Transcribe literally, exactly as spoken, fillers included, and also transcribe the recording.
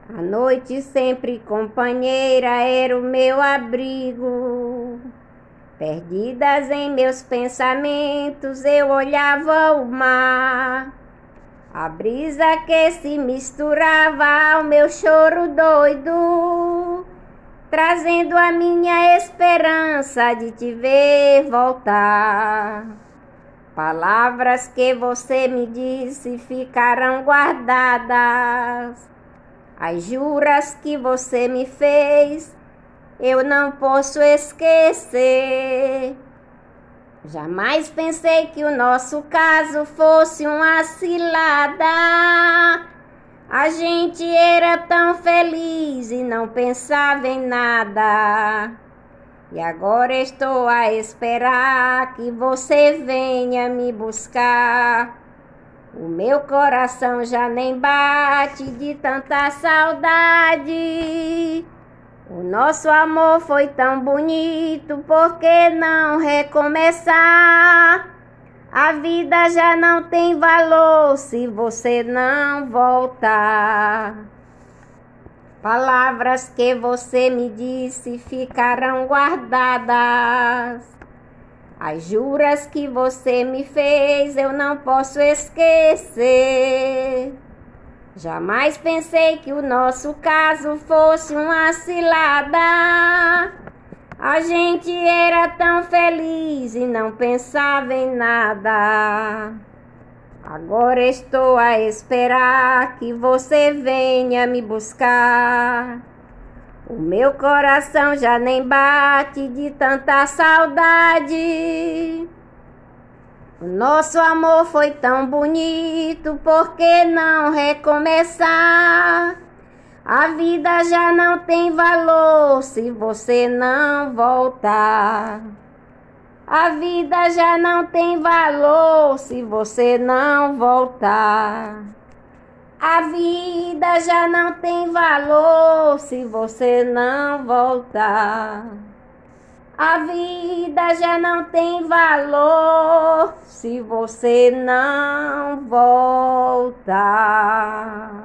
A noite sempre companheira era o meu abrigo. Perdidas em meus pensamentos, eu olhava o mar. A brisa que se misturava ao meu choro doido, trazendo a minha esperança de te ver voltar. Palavras que você me disse ficarão guardadas. As juras que você me fez, eu não posso esquecer. Jamais pensei que o nosso caso fosse uma cilada. A gente era tão feliz e não pensava em nada. E agora estou a esperar que você venha me buscar. O meu coração já nem bate de tanta saudade. O nosso amor foi tão bonito, por que não recomeçar? A vida já não tem valor se você não voltar. Palavras que você me disse ficarão guardadas. As juras que você me fez eu não posso esquecer. Jamais pensei que o nosso caso fosse uma cilada. A gente era tão feliz e não pensava em nada. Agora estou a esperar que você venha me buscar. O meu coração já nem bate de tanta saudade. O nosso amor foi tão bonito, por que não recomeçar? A vida já não tem valor se você não voltar. A vida já não tem valor se você não voltar. A vida já não tem valor se você não voltar. A vida já não tem valor se você não voltar.